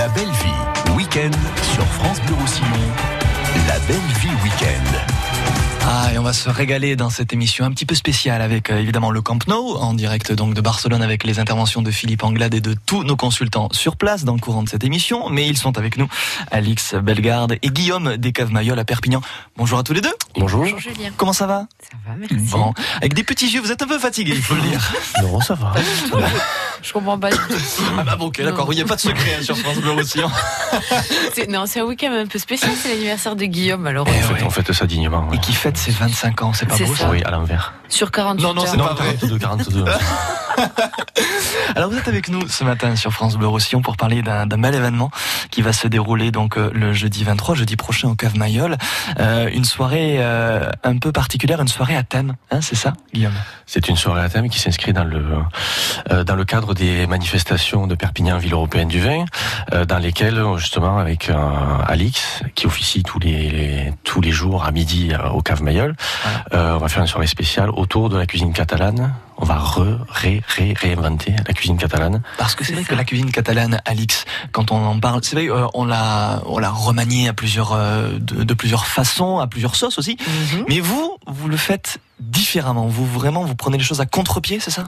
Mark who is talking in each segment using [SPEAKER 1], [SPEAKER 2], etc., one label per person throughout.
[SPEAKER 1] La belle vie, week-end sur France Bleu Roussillon. La belle vie week-end.
[SPEAKER 2] Ah, et on va se régaler dans cette émission un petit peu spéciale avec évidemment le Camp Nou, en direct donc de Barcelone avec les interventions de Philippe Anglade et de tous nos consultants sur place dans le courant de cette émission. Mais ils sont avec nous, Alix Bellegarde et Guillaume des Caves Mayol à Perpignan. Bonjour à tous les deux.
[SPEAKER 3] Bonjour.
[SPEAKER 4] Bonjour Julien.
[SPEAKER 2] Comment ça va?
[SPEAKER 4] Ça va, merci.
[SPEAKER 2] Bon, avec des petits yeux, vous êtes un peu fatigués, il faut le dire.
[SPEAKER 3] Non, ça va.
[SPEAKER 4] Je comprends pas du tout.
[SPEAKER 2] Ah bah bon, ok, d'accord, il n'y a pas de secret sur France Bleu Roussillon.
[SPEAKER 4] C'est un week-end un peu spécial, c'est l'anniversaire de Guillaume, alors.
[SPEAKER 3] On fête ça dignement.
[SPEAKER 2] Et qui fête ses 25 ans, c'est pas
[SPEAKER 4] C'est
[SPEAKER 2] beau
[SPEAKER 4] ça.
[SPEAKER 3] Oui, à l'envers.
[SPEAKER 4] Sur 48
[SPEAKER 2] Non,
[SPEAKER 4] heures.
[SPEAKER 2] c'est pas vrai.
[SPEAKER 3] 42.
[SPEAKER 2] Alors vous êtes avec nous ce matin sur France Bleu Roussillon pour parler d'un bel événement qui va se dérouler donc le jeudi 23, jeudi prochain au Caves Mayol. Une soirée un peu particulière, une soirée à thème, hein, c'est ça, Guillaume?
[SPEAKER 3] C'est une soirée à thème qui s'inscrit dans le cadre des manifestations de Perpignan, ville européenne du vin, dans lesquelles justement avec Alix qui officie tous les jours à midi au Caves Mayol, on va faire une soirée spéciale autour de la cuisine catalane. On va réinventer la cuisine catalane.
[SPEAKER 2] Parce que c'est vrai que la cuisine catalane, Alix, quand on en parle, c'est vrai, on l'a remaniée à de plusieurs façons, à plusieurs sauces aussi.
[SPEAKER 4] Mhm.
[SPEAKER 2] Mais vous le faites différemment. Vous prenez les choses à contre-pied, c'est ça?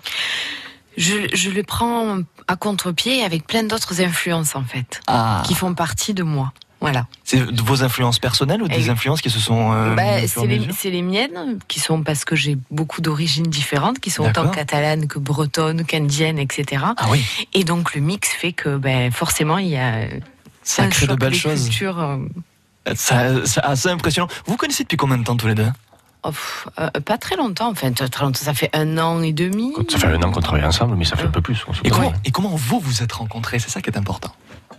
[SPEAKER 4] Je le prends à contre-pied avec plein d'autres influences en fait, qui font partie de moi. Voilà.
[SPEAKER 2] C'est de vos influences personnelles ou des influences qui se sont
[SPEAKER 4] c'est les miennes, qui sont parce que j'ai beaucoup d'origines différentes, qui sont autant catalanes que bretonnes, qu'indiennes, etc.
[SPEAKER 2] Ah oui.
[SPEAKER 4] Et donc le mix fait que forcément il y a
[SPEAKER 2] ça crée de belles choses.
[SPEAKER 4] Cultures,
[SPEAKER 2] c'est assez impressionnant. Vous connaissez depuis combien de temps tous les deux?
[SPEAKER 4] pas très longtemps, enfin très longtemps, ça fait 1 an et demi.
[SPEAKER 3] Ça fait 1 an qu'on travaille ensemble, mais ça fait un peu plus.
[SPEAKER 2] Et comment vous vous êtes rencontrés? C'est ça qui est important.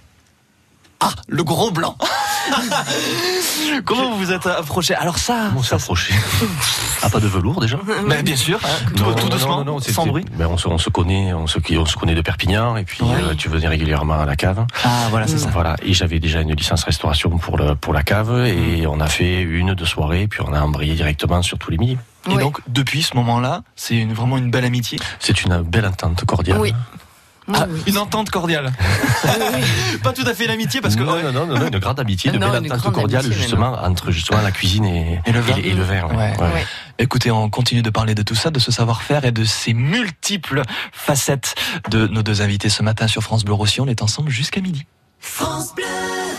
[SPEAKER 2] Ah, le gros blanc. Comment vous vous êtes approchés? Alors ça...
[SPEAKER 3] On s'est approchés. Ah, pas de velours déjà?
[SPEAKER 2] Mais bien sûr, hein, tout doucement,
[SPEAKER 3] non,
[SPEAKER 2] sans bruit.
[SPEAKER 3] Mais on se connaît de Perpignan, et puis tu venais régulièrement à la cave.
[SPEAKER 2] Ah voilà, c'est ça.
[SPEAKER 3] Voilà, et j'avais déjà une licence restauration pour la cave, et on a fait 1-2 soirées, puis on a embrayé directement sur tous les midis.
[SPEAKER 2] Et donc, depuis ce moment-là, c'est vraiment une belle amitié?
[SPEAKER 3] C'est une belle entente cordiale.
[SPEAKER 4] Oui.
[SPEAKER 2] Ah, une entente cordiale. Pas tout à fait l'amitié parce que...
[SPEAKER 3] Non, une grande amitié, une belle entente cordiale justement entre la cuisine et le vin.
[SPEAKER 2] Ouais. Écoutez, on continue de parler de tout ça, de ce savoir-faire et de ces multiples facettes de nos deux invités ce matin sur France Bleu Roussillon. On est ensemble jusqu'à midi. France Bleu.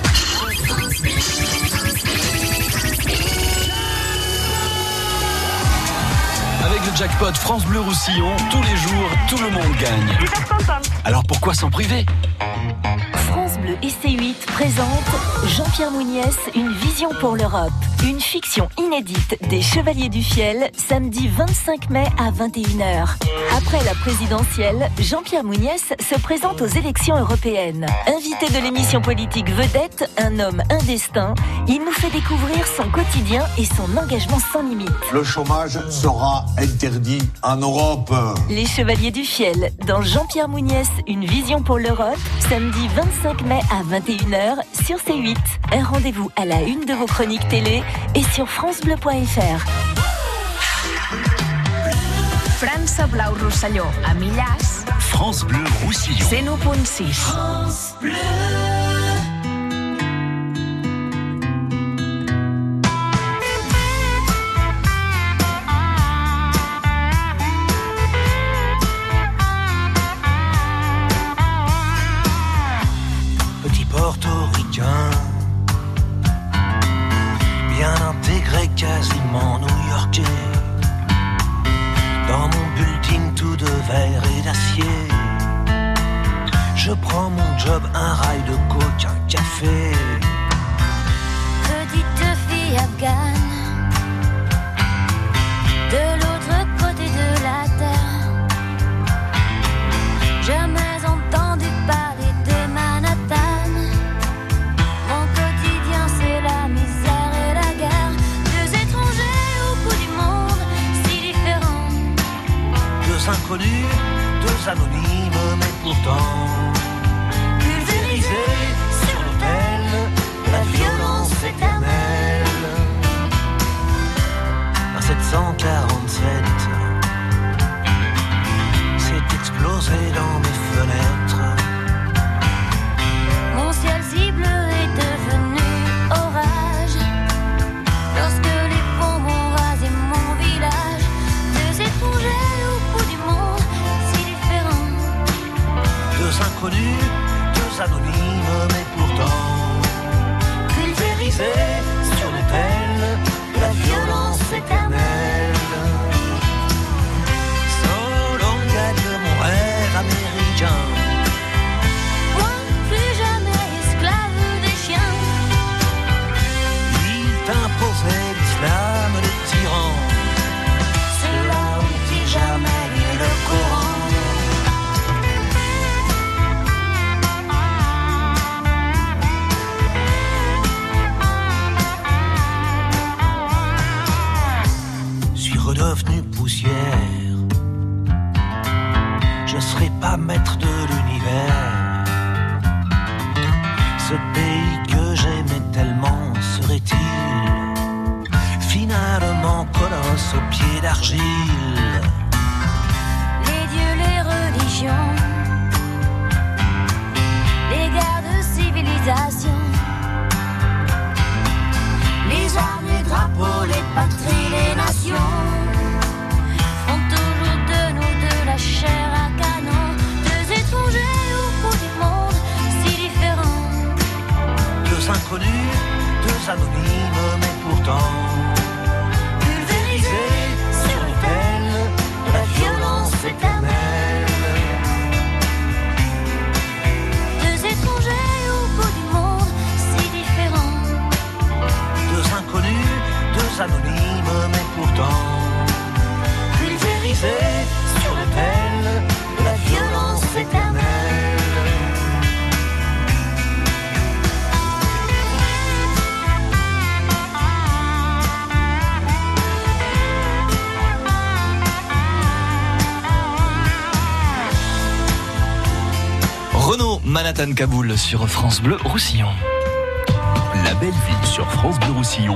[SPEAKER 1] Avec le jackpot France Bleu Roussillon, tous les jours, tout le monde gagne. Alors pourquoi s'en priver?
[SPEAKER 5] France Bleu et C8 présente Jean-Pierre Mouniès, une vision pour l'Europe. Une fiction inédite des Chevaliers du Fiel, samedi 25 mai à 21h. Après la présidentielle, Jean-Pierre Mouniès se présente aux élections européennes. Invité de l'émission politique Vedette, un homme, un destin, il nous fait découvrir son quotidien et son engagement sans limite.
[SPEAKER 6] Le chômage sera interdit en Europe.
[SPEAKER 5] Les Chevaliers du Fiel, dans Jean-Pierre Mouniès, une vision pour l'Europe, samedi 25 mai à 21h sur C8. Un rendez-vous à la une de vos chroniques télé et sur francebleu.fr.
[SPEAKER 7] França Blau Rosselló, a Millàs.
[SPEAKER 1] France Bleu Roussillon.
[SPEAKER 7] 101.6.
[SPEAKER 5] France Bleu.
[SPEAKER 8] Petit portoricain, bien intégré, quasiment new-yorkais. Dans mon building tout de verre et d'acier, je prends mon job, un rail de coke, un café.
[SPEAKER 9] Petite fille afghane, de l'autre côté de la terre, jamais entendu parler de Manhattan. Mon quotidien c'est la misère et la guerre, deux étrangers au bout du monde, si différents.
[SPEAKER 8] Deux inconnus, deux anonymes, mais pourtant pulvérisés sur l'autel, la violence éternelle. Un 747 anonymes, mais pourtant pulvérisés sur l'autel de la violence éternelle. Solon gagne mon rêve américain.
[SPEAKER 9] Moi, plus jamais esclave des chiens.
[SPEAKER 8] Il t'imposait l'islam des tyrans. C'est là où dit jamais lu le Coran. Suis redevenu poussière. Je serai pas maître de l'univers. Ce pays que j'aimais tellement serait-il finalement colosse aux pieds d'argile?
[SPEAKER 9] Les dieux, les religions, les guerres de civilisation,
[SPEAKER 8] Les armes, les drapeaux, les patries, les nations
[SPEAKER 9] font toujours de nous de la chair à canon. Deux étrangers au bout du monde, si différents.
[SPEAKER 8] deux inconnus, deux anonymes, mais pourtant pulvérisés sur l'autel de la violence éternelle.
[SPEAKER 9] Deux étrangers au bout du monde, si différents.
[SPEAKER 8] Deux inconnus, deux anonymes, mais pourtant pulvérisés sur l'autel de la violence éternelle.
[SPEAKER 2] Renaud, Manhattan, Kaboul sur France Bleu Roussillon.
[SPEAKER 1] La belle ville sur France Bleu Roussillon.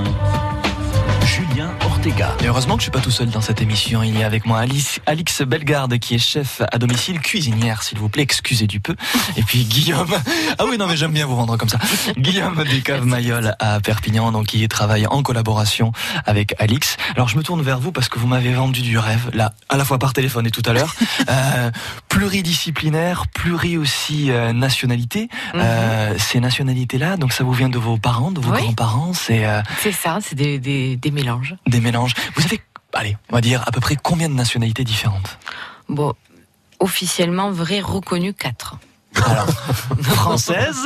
[SPEAKER 1] Julien Ortega.
[SPEAKER 2] Et heureusement que je suis pas tout seul dans cette émission. Il y a avec moi Alix Bellegarde qui est chef à domicile, cuisinière s'il vous plaît, excusez du peu. Et puis Guillaume, ah oui non mais j'aime bien vous vendre comme ça. Guillaume des Caves Mayol à Perpignan, donc qui travaille en collaboration avec Alix. Alors je me tourne vers vous parce que vous m'avez vendu du rêve, là, à la fois par téléphone et tout à l'heure. Pluridisciplinaire, aussi nationalité. Ces nationalités-là, donc ça vous vient de vos parents, de vos grands-parents,
[SPEAKER 4] c'est ça, c'est des mélanges.
[SPEAKER 2] Des mélanges. Vous avez, allez, on va dire à peu près combien de nationalités différentes?
[SPEAKER 4] Bon, officiellement reconnu 4.
[SPEAKER 2] Alors, française?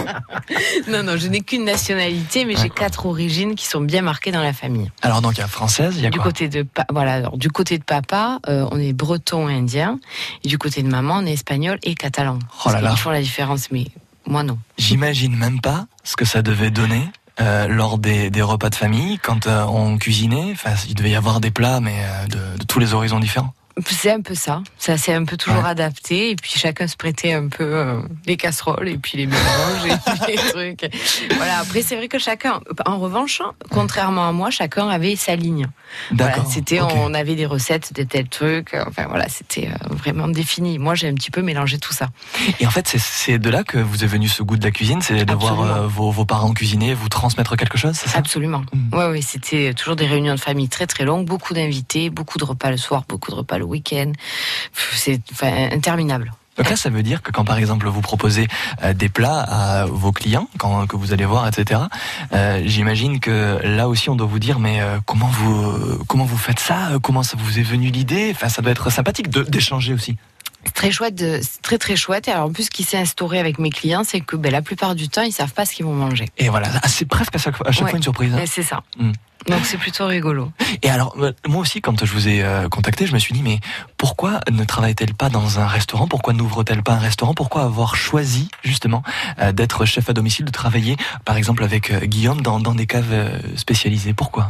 [SPEAKER 4] Non, je n'ai qu'une nationalité, mais j'ai 4 origines qui sont bien marquées dans la famille.
[SPEAKER 2] Alors donc il y a française, il y a
[SPEAKER 4] du
[SPEAKER 2] quoi?
[SPEAKER 4] côté de du côté de papa, on est breton et indien, et du côté de maman, on est espagnol et catalan.
[SPEAKER 2] Oh là là.
[SPEAKER 4] Ils font la différence, mais moi non.
[SPEAKER 2] J'imagine même pas ce que ça devait donner. Lors des repas de famille, quand on cuisinait, enfin, il devait y avoir des plats, mais de tous les horizons différents.
[SPEAKER 4] C'est un peu ça. Ça s'est un peu toujours adapté, et puis chacun se prêtait un peu les casseroles et puis les mélanges et puis les trucs. Voilà. Après, c'est vrai que chacun, en revanche, contrairement à moi, chacun avait sa ligne.
[SPEAKER 2] D'accord.
[SPEAKER 4] Voilà, on avait des recettes de tels trucs. Enfin voilà, c'était vraiment défini. Moi, j'ai un petit peu mélangé tout ça.
[SPEAKER 2] Et en fait, c'est de là que vous est venu ce goût de la cuisine, c'est de voir vos parents cuisiner, vous transmettre quelque chose, c'est ça?
[SPEAKER 4] Absolument. Oui, c'était toujours des réunions de famille très très longues, beaucoup d'invités, beaucoup de repas le soir, beaucoup de repas le week-end. C'est interminable.
[SPEAKER 2] Donc là, ça veut dire que quand par exemple vous proposez des plats à vos clients, que vous allez voir, etc. J'imagine que là aussi on doit vous dire mais comment vous faites ça? Comment ça vous est venu l'idée? Enfin, ça doit être sympathique d'échanger aussi.
[SPEAKER 4] Très chouette, très très chouette. Et alors en plus, ce qui s'est instauré avec mes clients, c'est que la plupart du temps, ils savent pas ce qu'ils vont manger.
[SPEAKER 2] Et voilà, c'est presque à chaque fois une surprise. Hein.
[SPEAKER 4] C'est ça. Donc c'est plutôt rigolo.
[SPEAKER 2] Et alors, moi aussi, quand je vous ai contacté, je me suis dit, mais pourquoi ne travaille-t-elle pas dans un restaurant? Pourquoi n'ouvre-t-elle pas un restaurant? Pourquoi avoir choisi, justement, d'être chef à domicile, de travailler, par exemple, avec Guillaume dans des caves spécialisées? Pourquoi?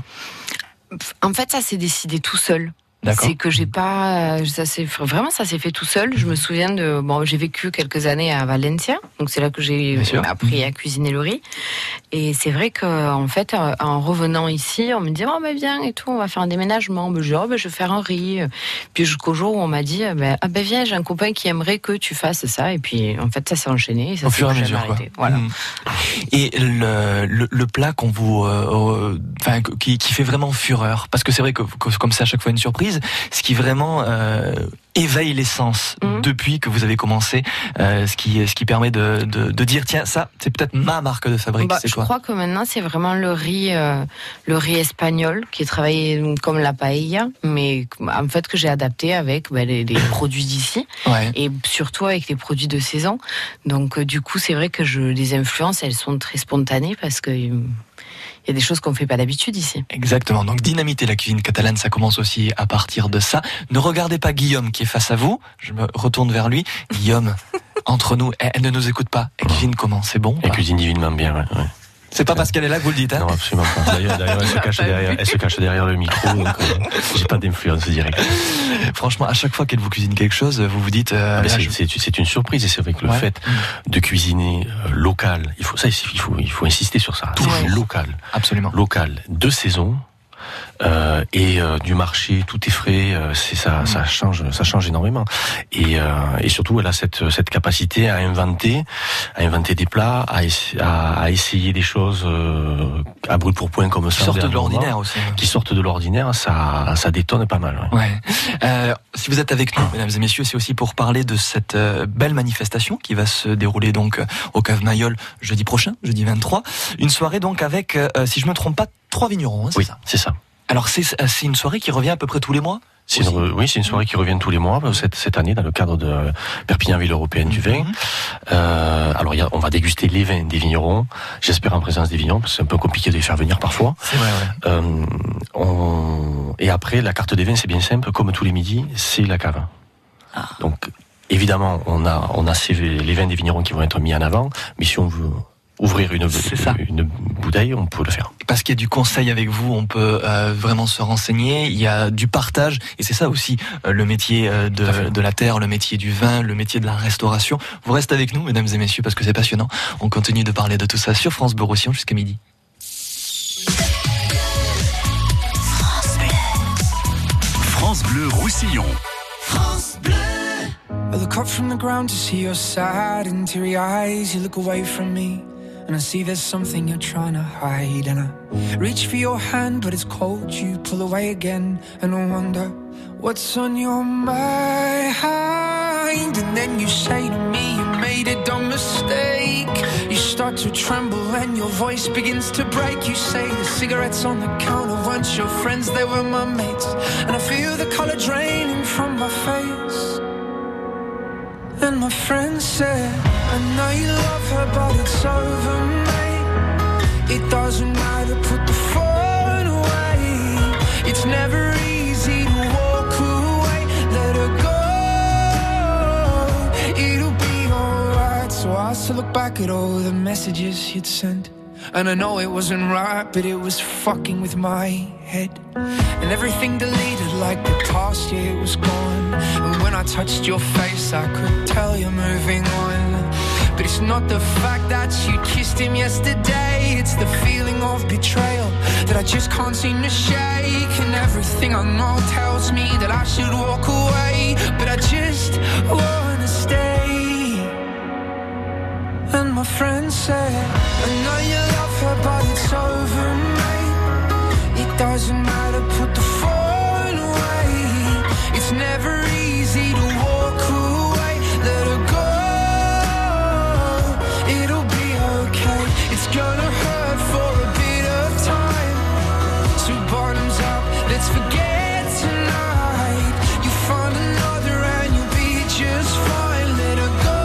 [SPEAKER 4] En fait, ça s'est décidé tout seul.
[SPEAKER 2] D'accord.
[SPEAKER 4] C'est que j'ai pas, ça s'est fait tout seul. Je me souviens j'ai vécu quelques années à Valencia, donc c'est là que j'ai appris à cuisiner le riz. Et c'est vrai que, en fait, en revenant ici, on me dit, viens et tout, on va faire un déménagement. Je dis, je vais faire un riz. Puis jusqu'au jour où on m'a dit, viens, j'ai un copain qui aimerait que tu fasses ça. Et puis, en fait, ça s'est enchaîné. Et ça
[SPEAKER 2] au fur et à mesure, quoi.
[SPEAKER 4] Voilà.
[SPEAKER 2] Et le plat qu'on vous, qui fait vraiment fureur, parce que c'est vrai que comme c'est à chaque fois une surprise, ce qui vraiment éveille les sens depuis que vous avez commencé, ce qui permet de dire tiens, ça c'est peut-être ma marque de fabrique. C'est
[SPEAKER 4] je
[SPEAKER 2] quoi?
[SPEAKER 4] crois que maintenant c'est vraiment le riz espagnol qui est travaillé comme la paella, mais en fait que j'ai adapté avec les produits d'ici et surtout avec les produits de saison. Donc du coup c'est vrai que les influences elles sont très spontanées parce que il y a des choses qu'on ne fait pas d'habitude ici.
[SPEAKER 2] Exactement. Donc dynamiter la cuisine catalane, ça commence aussi à partir de ça. Ne regardez pas Guillaume qui est face à vous. Je me retourne vers lui. Guillaume, entre nous, elle ne nous écoute pas. Elle cuisine comment? C'est bon?
[SPEAKER 3] Elle cuisine divinement bien, ouais.
[SPEAKER 2] C'est pas parce qu'elle est là que vous le dites, hein?
[SPEAKER 3] Non, absolument pas. D'ailleurs, elle se cache derrière le micro, donc j'ai pas d'influence directe.
[SPEAKER 2] Franchement, à chaque fois qu'elle vous cuisine quelque chose, vous vous dites...
[SPEAKER 3] c'est une surprise, et c'est vrai que le fait de cuisiner local, il faut insister sur ça. C'est local.
[SPEAKER 2] Absolument.
[SPEAKER 3] Local, de saison. Et du marché, tout est frais, ça change énormément. Et surtout, elle a cette capacité à inventer des plats, à essayer des choses à brûle pour point comme ça.
[SPEAKER 2] Qui sortent de l'ordinaire aussi.
[SPEAKER 3] Qui sortent de l'ordinaire, ça détonne pas mal.
[SPEAKER 2] Si vous êtes avec nous, mesdames et messieurs, c'est aussi pour parler de cette belle manifestation qui va se dérouler donc au Cave Mayol jeudi prochain, jeudi 23. Une soirée donc avec, si je me trompe pas, 3 vignerons, c'est ça?
[SPEAKER 3] C'est ça.
[SPEAKER 2] Alors c'est une soirée qui revient à peu près tous les mois?
[SPEAKER 3] C'est une soirée qui revient tous les mois cette année dans le cadre de Perpignan Ville Européenne du Vin. Alors on va déguster les vins des vignerons, j'espère en présence des vignerons, parce que c'est un peu compliqué de les faire venir parfois.
[SPEAKER 2] C'est vrai,
[SPEAKER 3] Et après, la carte des vins, c'est bien simple, comme tous les midis, c'est la cave. Donc évidemment, on a les vins des vignerons qui vont être mis en avant, mais si on veut ouvrir une bouteille, on peut le faire.
[SPEAKER 2] Parce qu'il y a du conseil avec vous, on peut vraiment se renseigner, il y a du partage, et c'est ça aussi le métier de la terre, le métier du vin, le métier de la restauration. Vous restez avec nous, mesdames et messieurs, parce que c'est passionnant. On continue de parler de tout ça sur France Bleu Roussillon jusqu'à midi.
[SPEAKER 1] France Bleu Roussillon.
[SPEAKER 10] France Bleu. I look up from the ground to see your sad and teary eyes. You look away from me and I see there's something you're trying to hide. And I reach for your hand but it's cold. You pull away again and I wonder what's on your mind. And then you say to me you made a dumb mistake. You start to tremble and your voice begins to break. You say the cigarettes on the counter weren't your friends, they were my mates. And I feel the colour draining from my face. And my friend said, I know you love her but it's over, mate. It doesn't matter, put the phone away. It's never easy to walk away. Let her go, it'll be alright. So I asked to look back at all the messages you'd sent. And I know it wasn't right, but it was fucking with my head. And everything deleted like the past year was gone. And when I touched your face I could tell you're moving on. But it's not the fact that you kissed him yesterday. It's the feeling of betrayal that I just can't seem to shake. And everything I know tells me that I should walk away, but I just wanna stay. And my friend said, I know you love her but it's over, mate. It doesn't matter, put the phone away. It's never easy to walk away. Let her go, it'll be okay. It's gonna hurt for a bit of time. So bottoms up, let's forget tonight. You find another and you'll be just fine. Let her go.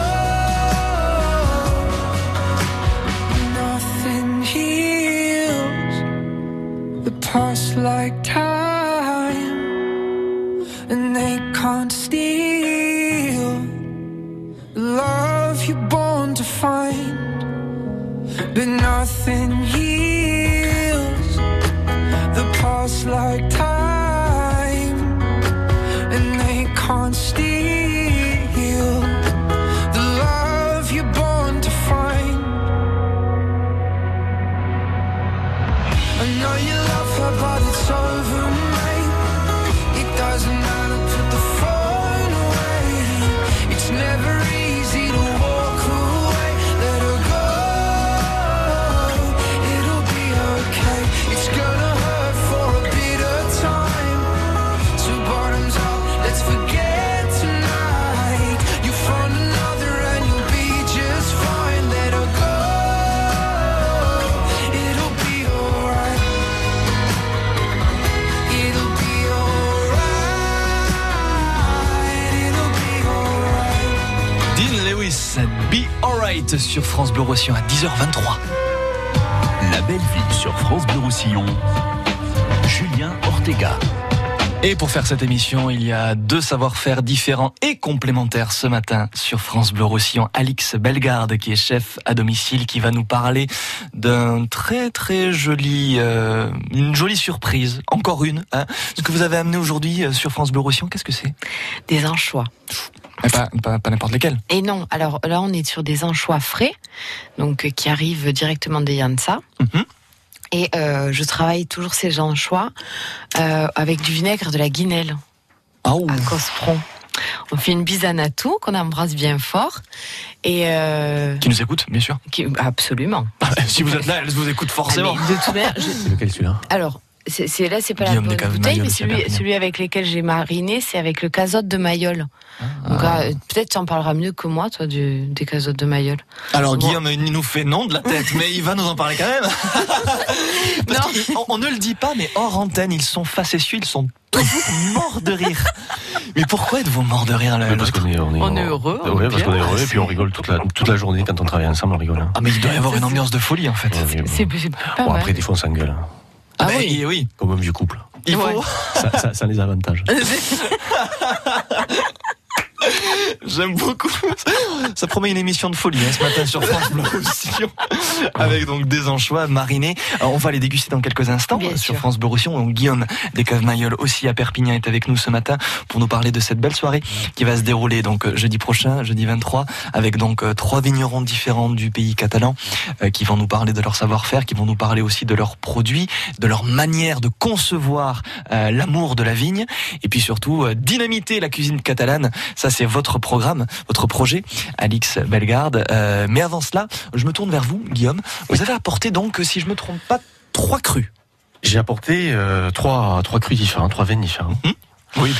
[SPEAKER 10] Past like time, and they can't steal the love you're born to find. But nothing heals the past like time, and they can't steal the love you're born to find. I know you love her but it's over, mate. It doesn't matter, put the phone away. It's never easy to walk away. Let her go, it'll be okay. It's gonna hurt for a bit of time. So bottoms up, let's forget tonight.
[SPEAKER 2] Night sur France Bleu Roussillon à 10h23.
[SPEAKER 1] La belle vie sur France Bleu Roussillon. Julien Ortega.
[SPEAKER 2] Et pour faire cette émission, il y a deux savoir-faire différents et complémentaires ce matin sur France Bleu Roussillon. Alix Bellegarde, qui est chef à domicile, qui va nous parler d'un très très joli, une jolie surprise. Encore une. Ce que vous avez amené aujourd'hui sur France Bleu Roussillon, qu'est-ce que c'est ?
[SPEAKER 4] Des anchois.
[SPEAKER 2] Mais pas n'importe lesquels.
[SPEAKER 4] Et non, alors là on est sur des anchois frais, donc qui arrivent directement des Yansa.
[SPEAKER 2] Mm-hmm.
[SPEAKER 4] Et je travaille toujours ces anchois avec du vinaigre de la Guinelle à Cospron. On fait une bise à Natou qu'on embrasse bien fort. Et
[SPEAKER 2] qui nous écoute, bien sûr.
[SPEAKER 4] Absolument.
[SPEAKER 2] Si vous êtes là, elle vous écoute forcément.
[SPEAKER 4] De toute manière,
[SPEAKER 3] C'est lequel celui-là ?
[SPEAKER 4] Alors, c'est pas Guillaume la bonne bouteille, mais celui avec lequel j'ai mariné, c'est avec le cazotte de Mayol. Donc peut-être tu en parleras mieux que moi, toi, des cazottes de Mayol.
[SPEAKER 2] Alors Guillaume, il nous fait non de la tête, mais il va nous en parler quand même. Parce qu'on ne le dit pas, mais hors antenne, ils sont facétieux, ils sont toujours morts de rire. Mais pourquoi êtes-vous morts de rire là ?
[SPEAKER 3] Parce qu'on est
[SPEAKER 4] heureux.
[SPEAKER 3] Oui, parce qu'on est heureux et puis on rigole toute la journée quand on travaille ensemble, on rigole.
[SPEAKER 2] Ah mais il doit y avoir une ambiance de folie en fait.
[SPEAKER 4] C'est pas mal.
[SPEAKER 3] Après des fois on s'engueule.
[SPEAKER 2] Ah oui.
[SPEAKER 3] Comme un vieux couple.
[SPEAKER 2] Il faut.
[SPEAKER 3] Ça a les avantages.
[SPEAKER 2] J'aime beaucoup. Ça promet une émission de folie ce matin sur France Bleu Roussillon, avec donc des anchois marinés. Alors, on va les déguster dans quelques instants sur France Bleu Roussillon. Donc Guillaume des Caves Mayol aussi à Perpignan est avec nous ce matin pour nous parler de cette belle soirée qui va se dérouler donc jeudi prochain, jeudi 23, avec donc 3 vignerons différents du pays catalan qui vont nous parler de leur savoir-faire, qui vont nous parler aussi de leurs produits, de leur manière de concevoir l'amour de la vigne, et puis surtout dynamiter la cuisine catalane. Ça c'est votre programme, votre projet, Alix Bellegarde. Mais avant cela, je me tourne vers vous, Guillaume. Vous avez apporté donc, si je me trompe pas, 3 crus.
[SPEAKER 3] J'ai apporté 3 crus différents, 3 vins différents.
[SPEAKER 2] Oui.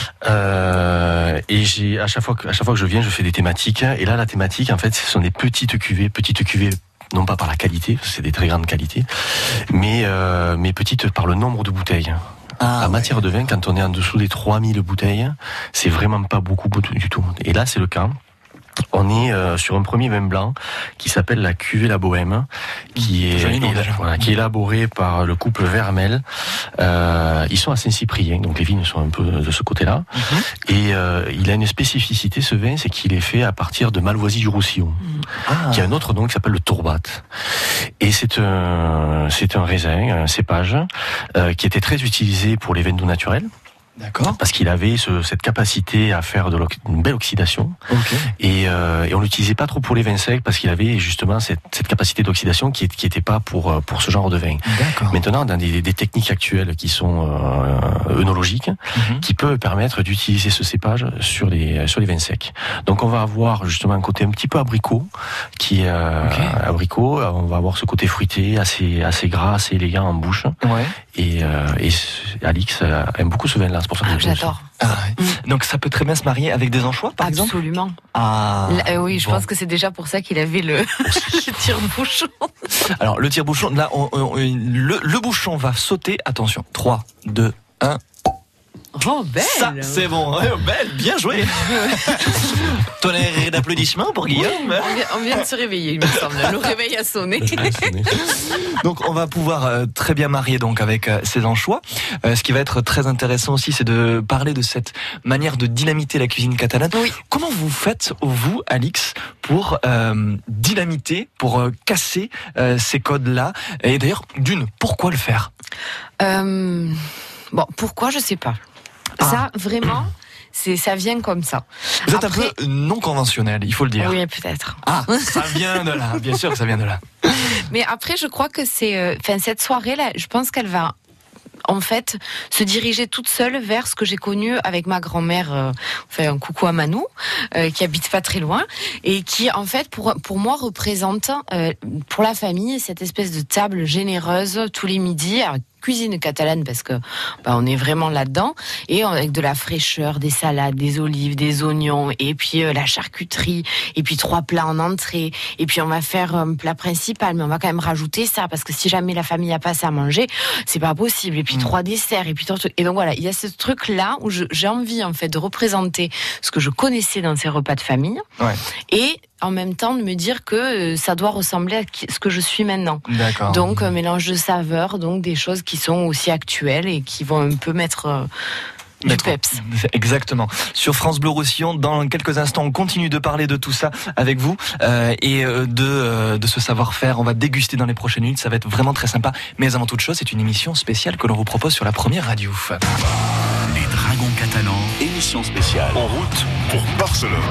[SPEAKER 3] Et à chaque fois que je viens, je fais des thématiques. Et là, la thématique, en fait, ce sont des petites cuvées, non pas par la qualité, c'est des très grandes qualités, mais petites par le nombre de bouteilles. En matière de vin, quand on est en dessous des 3000 bouteilles, c'est vraiment pas beaucoup du tout. Et là, c'est le cas. On est sur un premier vin blanc qui s'appelle la cuvée La Bohème, qui est élaboré par le couple Vermel. Ils sont à Saint-Cyprien, donc les vignes sont un peu de ce côté-là. Et il a une spécificité, ce vin, c'est qu'il est fait à partir de Malvoisie du Roussillon, qui a un autre nom qui s'appelle le Tourbat. Et c'est un raisin, un cépage, qui était très utilisé pour les vins doux naturels.
[SPEAKER 2] D'accord.
[SPEAKER 3] Parce qu'il avait cette capacité à faire une belle oxydation.
[SPEAKER 2] Okay.
[SPEAKER 3] Et on l'utilisait pas trop pour les vins secs parce qu'il avait justement cette capacité d'oxydation qui était pas pour ce genre de vin.
[SPEAKER 2] D'accord.
[SPEAKER 3] Maintenant, dans des techniques actuelles qui sont œnologiques, qui peuvent permettre d'utiliser ce cépage sur les vins secs. Donc on va avoir justement un côté un petit peu abricot, qui est abricot. On va avoir ce côté fruité, assez gras, assez élégant en bouche.
[SPEAKER 2] Ouais.
[SPEAKER 3] Et Alix aime beaucoup ce vin-là.
[SPEAKER 4] J'adore.
[SPEAKER 2] Donc ça peut très bien se marier avec des anchois, par exemple ?
[SPEAKER 4] Absolument. Oui, je pense que c'est déjà pour ça qu'il avait le tire-bouchon.
[SPEAKER 2] Alors le tire-bouchon, là, le bouchon va sauter. Attention, 3, 2, 1...
[SPEAKER 4] Oh, belle!
[SPEAKER 2] Ça, c'est bon. Belle, bien joué. Tonnerre d'applaudissements pour Guillaume.
[SPEAKER 4] On vient de se réveiller, il me semble. Le réveil a sonné.
[SPEAKER 2] Donc, on va pouvoir très bien marier donc avec ces anchois. Ce qui va être très intéressant aussi, c'est de parler de cette manière de dynamiter la cuisine catalane. Oui. Comment vous faites, vous, Alix, pour dynamiter, pour casser ces codes-là? Et d'ailleurs, pourquoi le faire?
[SPEAKER 4] Pourquoi, je sais pas. Ça, vraiment, ça vient comme ça.
[SPEAKER 2] Vous êtes un peu non conventionnel, il faut le dire.
[SPEAKER 4] Oui, peut-être.
[SPEAKER 2] Ça vient de là, bien sûr que ça vient de là.
[SPEAKER 4] Mais après, je crois que cette soirée-là, je pense qu'elle va en fait se diriger toute seule vers ce que j'ai connu avec ma grand-mère, un coucou à Manou, qui habite pas très loin, et qui en fait pour moi représente pour la famille cette espèce de table généreuse tous les midis. Cuisine catalane parce que on est vraiment là-dedans, et avec de la fraîcheur, des salades, des olives, des oignons, et puis la charcuterie, et puis 3 plats en entrée, et puis on va faire un plat principal, mais on va quand même rajouter ça parce que si jamais la famille a pas ça à manger, c'est pas possible, et puis 3 desserts, et puis et donc voilà, il y a ce truc là où j'ai envie en fait de représenter ce que je connaissais dans ces repas de famille, et en même temps de me dire que ça doit ressembler à ce que je suis maintenant.
[SPEAKER 2] D'accord.
[SPEAKER 4] Donc mélange de saveurs, donc des choses qui sont aussi actuelles et qui vont un peu mettre du peps.
[SPEAKER 2] Exactement. Sur France Bleu Roussillon, dans quelques instants, on continue de parler de tout ça avec vous et de ce savoir-faire. On va déguster dans les prochaines minutes. Ça va être vraiment très sympa. Mais avant toute chose, c'est une émission spéciale que l'on vous propose sur la première radio.
[SPEAKER 1] Les Dragons catalans, émission spéciale. En route pour Barcelone.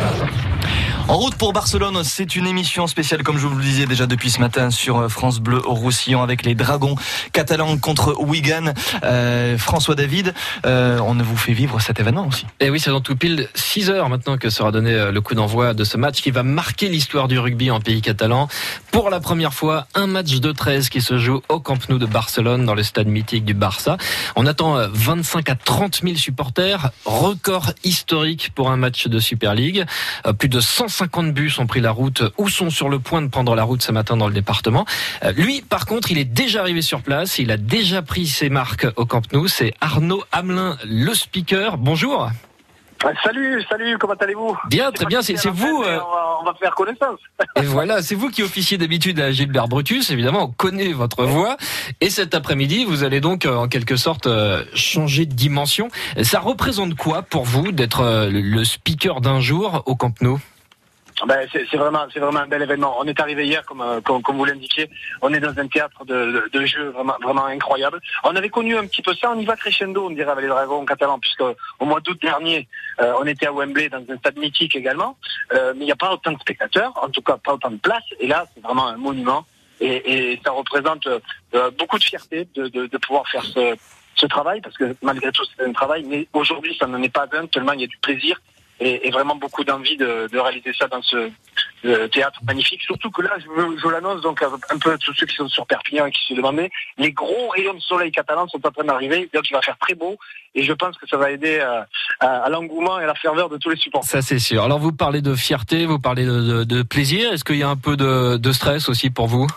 [SPEAKER 2] En route pour Barcelone, c'est une émission spéciale, comme je vous le disais déjà depuis ce matin, sur France Bleu Roussillon, avec les Dragons catalans contre Wigan. François David, on vous fait vivre cet événement aussi.
[SPEAKER 11] Et oui, c'est dans tout pile 6 heures maintenant que sera donné le coup d'envoi de ce match qui va marquer l'histoire du rugby en pays catalan. Pour la première fois, un match de 13 qui se joue au Camp Nou de Barcelone, dans le stade mythique du Barça. On attend 25 à 30 000 supporters, record historique pour un match de Super League. Plus de 150 bus ont pris la route ou sont sur le point de prendre la route ce matin dans le département. Lui, par contre, il est déjà arrivé sur place. Il a déjà pris ses marques au Camp Nou. C'est Arnaud Hamelin, le speaker. Bonjour.
[SPEAKER 12] Salut, comment allez-vous?
[SPEAKER 11] Bien, très bien, c'est vous.
[SPEAKER 12] On va faire connaissance.
[SPEAKER 11] Et voilà, c'est vous qui officiez d'habitude à Gilbert Brutus. Évidemment, on connaît votre voix. Et cet après-midi, vous allez donc en quelque sorte changer de dimension. Ça représente quoi pour vous d'être le speaker d'un jour au Camp Nou?
[SPEAKER 12] C'est vraiment un bel événement. On est arrivé hier, comme vous l'indiquiez, on est dans un théâtre de jeu vraiment incroyable. On avait connu un petit peu ça, on y va crescendo, on dirait, avec les Dragons catalans, puisque au mois d'août dernier, on était à Wembley dans un stade mythique également, mais il n'y a pas autant de spectateurs, en tout cas pas autant de place, et là c'est vraiment un monument, et ça représente beaucoup de fierté de pouvoir faire ce travail, parce que malgré tout c'est un travail, mais aujourd'hui ça n'en est pas un, tellement il y a du plaisir et vraiment beaucoup d'envie de réaliser ça dans ce théâtre magnifique. Surtout que là, je l'annonce donc un peu tous ceux qui sont sur Perpignan et qui se demandaient, les gros rayons de soleil catalans sont en train d'arriver, donc il va faire très beau et je pense que ça va aider à l'engouement et à la ferveur de tous les supporters.
[SPEAKER 11] Ça c'est sûr. Alors vous parlez de fierté, vous parlez de plaisir, est-ce qu'il y a un peu de stress aussi pour vous?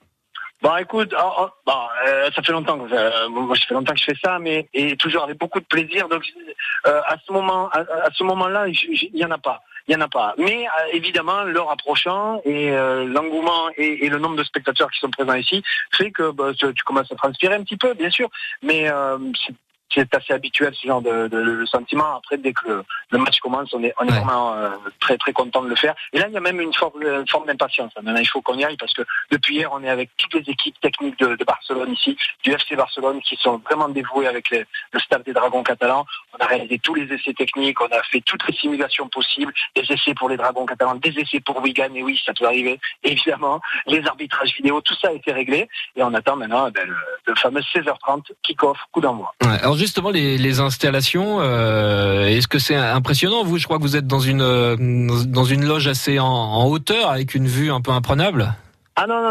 [SPEAKER 12] Écoute, ça fait longtemps que je fais ça, mais et toujours avec beaucoup de plaisir. Donc à ce moment-là, il y en a pas. Mais évidemment, l'heure approchant et l'engouement et le nombre de spectateurs qui sont présents ici fait que tu commences à transpirer un petit peu, bien sûr, mais c'est assez habituel ce genre de sentiment. Après, dès que le match commence, on est vraiment très très content de le faire. Et là, il y a même une forme d'impatience. Maintenant, il faut qu'on y aille parce que depuis hier, on est avec toutes les équipes techniques de Barcelone ici, du FC Barcelone, qui sont vraiment dévouées avec le staff des Dragons catalans. On a réalisé tous les essais techniques, on a fait toutes les simulations possibles, des essais pour les Dragons catalans, des essais pour Wigan, et oui, ça peut arriver, évidemment, les arbitrages vidéo, tout ça a été réglé, et on attend maintenant le fameux 16h30 kick-off, coup d'envoi.
[SPEAKER 11] Ouais, alors justement, les installations, est-ce que c'est impressionnant? Vous, je crois que vous êtes dans une loge assez en hauteur, avec une vue un peu imprenable.
[SPEAKER 12] Ah non,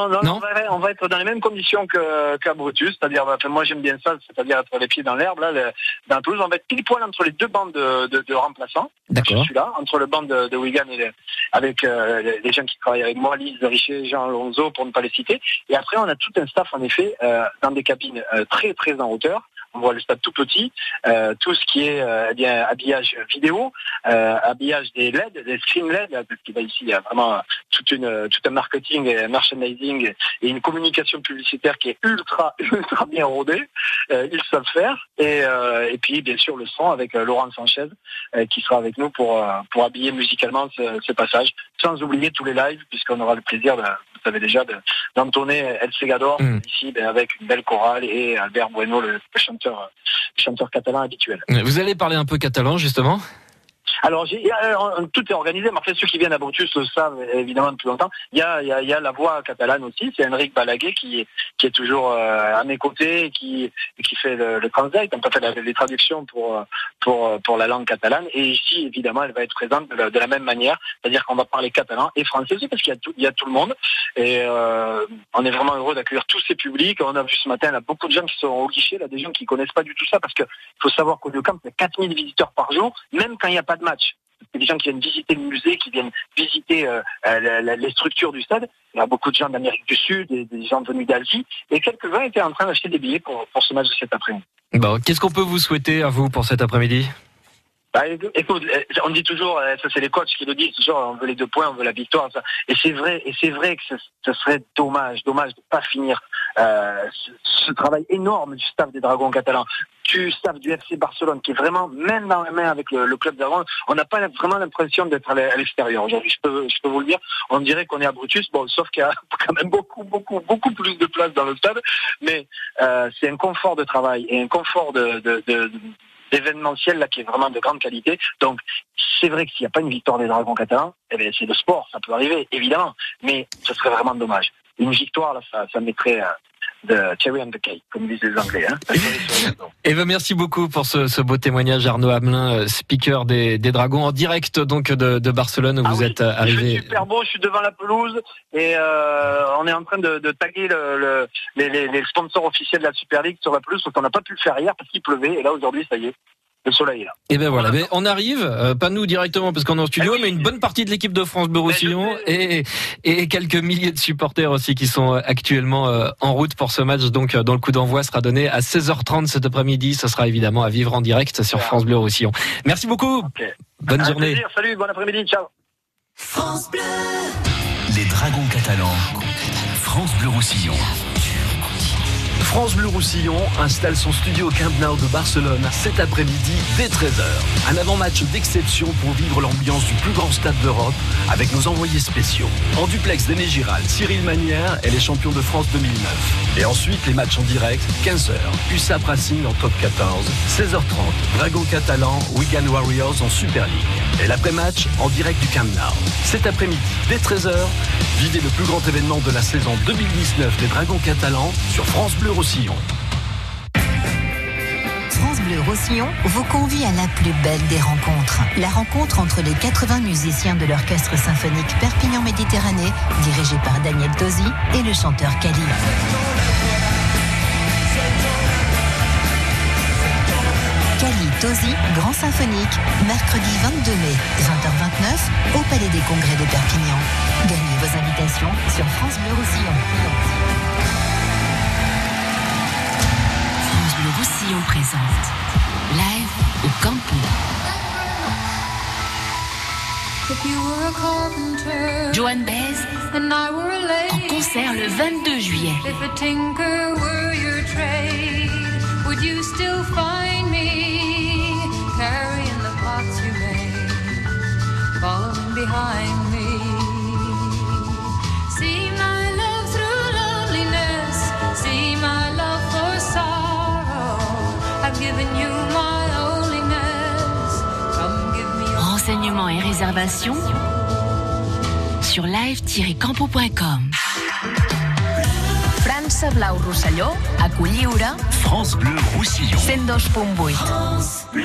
[SPEAKER 12] on va être dans les mêmes conditions qu'à Brutus, c'est-à-dire, moi j'aime bien ça, c'est-à-dire être les pieds dans l'herbe, là, dans la pelouse, on va être pile poil entre les deux bancs de remplaçants.
[SPEAKER 11] D'accord.
[SPEAKER 12] Je suis là, entre le banc de Wigan et avec les gens qui travaillent avec moi, Lise Richer, Jean Alonso, pour ne pas les citer. Et après, on a tout un staff, en effet, dans des cabines très, très en hauteur. On voit le stade tout petit, tout ce qui est habillage vidéo, habillage des LED, des screen LED, parce qu'il ici il y a vraiment tout un marketing et un merchandising et une communication publicitaire qui est ultra bien rodée. Ils savent faire. Et puis bien sûr le son avec Laurent Sanchez qui sera avec nous pour habiller musicalement ce passage, sans oublier tous les lives puisqu'on aura le plaisir vous savez déjà d'entonner El Segador ici avec une belle chorale et Albert Bueno, le chanteur catalan habituel.
[SPEAKER 11] Vous allez parler un peu catalan justement?
[SPEAKER 12] Alors, tout est organisé, mais après ceux qui viennent à Brutus le savent évidemment depuis longtemps. Il y a la voix catalane aussi, c'est Enric Balaguer qui est toujours à mes côtés et qui fait le translate, on peut faire les traductions pour la langue catalane. Et ici, évidemment, elle va être présente de la même manière, c'est-à-dire qu'on va parler catalan et français aussi parce qu'il y a tout le monde. Et on est vraiment heureux d'accueillir tous ces publics. On a vu ce matin là beaucoup de gens qui sont au guichet, là, des gens qui connaissent pas du tout ça parce que il faut savoir qu'au Camp, il y a 4000 visiteurs par jour, même quand il n'y a pas de match. C'est des gens qui viennent visiter le musée, qui viennent visiter les structures du stade. Il y a beaucoup de gens d'Amérique du Sud, des gens venus d'Asie, et quelques-uns étaient en train d'acheter des billets pour ce match de cet après-midi.
[SPEAKER 11] Bon, qu'est-ce qu'on peut vous souhaiter à vous pour cet après-midi?
[SPEAKER 12] Bah, écoute, on dit toujours, ça c'est les coachs qui le disent toujours, on veut les 2 points, on veut la victoire. Ça. Et c'est vrai que ce serait dommage de pas finir ce travail énorme du staff des Dragons catalans, du staff du FC Barcelone, qui est vraiment main dans la main avec le club Dragons. On n'a pas vraiment l'impression d'être à l'extérieur. Aujourd'hui, je peux vous le dire, on dirait qu'on est à Brutus, bon, sauf qu'il y a quand même beaucoup plus de place dans le stade, mais c'est un confort de travail et un confort d'événementiel là qui est vraiment de grande qualité. Donc c'est vrai que s'il n'y a pas une victoire des Dragons catalans, eh bien c'est le sport, ça peut arriver évidemment, mais ce serait vraiment dommage. Une victoire là, ça mettrait de cherry on the cake, comme disent les Anglais.
[SPEAKER 11] Et ben merci beaucoup pour ce beau témoignage, Arnaud Hamelin, speaker des Dragons en direct donc de Barcelone où vous êtes arrivé.
[SPEAKER 12] C'est super beau, je suis devant la pelouse et on est en train de taguer les sponsors officiels de la Super League sur la pelouse, parce qu'on n'a pas pu le faire hier parce qu'il pleuvait, et là aujourd'hui ça y est. Le soleil est là.
[SPEAKER 11] Et ben voilà, mais on arrive, pas nous directement parce qu'on est en studio, mais une bonne partie de l'équipe de France Bleu Roussillon et quelques milliers de supporters aussi qui sont actuellement en route pour ce match. Donc dont le coup d'envoi sera donné à 16h30 cet après-midi. Ce sera évidemment à vivre en direct sur France Bleu Roussillon. Merci beaucoup. Okay. Bonne journée.
[SPEAKER 12] Plaisir. Salut, bon après-midi, ciao.
[SPEAKER 1] France Bleu. Les Dragons catalans. France Bleu Roussillon. France Bleu Roussillon installe son studio au Camp Nou de Barcelone cet après-midi dès 13h. Un avant-match d'exception pour vivre l'ambiance du plus grand stade d'Europe avec nos envoyés spéciaux. En duplex d'Aimé Giral, Cyril Manière et les champions de France 2009. Et ensuite les matchs en direct, 15h, USAP Racing en top 14, 16h30, Dragons catalans, Wigan Warriors en Super League. Et l'après-match en direct du Camp Nou. Cet après-midi dès 13h, vivez le plus grand événement de la saison 2019 des Dragons catalans sur France Bleu Roussillon.
[SPEAKER 13] France Bleu Roussillon vous convie à la plus belle des rencontres. La rencontre entre les 80 musiciens de l'Orchestre Symphonique Perpignan Méditerranée, dirigé par Daniel Tosi, et le chanteur Kali. Kali Tosi, Grand Symphonique, mercredi 22 mai, 20h29, au Palais des Congrès de Perpignan. Gagnez vos invitations sur France Bleu Roussillon.
[SPEAKER 14] Le Roussillon présente live au Campo. Joan Baez en concert le 22 juillet. Renseignements et réservations sur live-campo.com.
[SPEAKER 7] França Blau Rosselló, a Culliure,
[SPEAKER 1] France Bleu Roussillon.
[SPEAKER 7] 102.8.
[SPEAKER 1] France Bleu.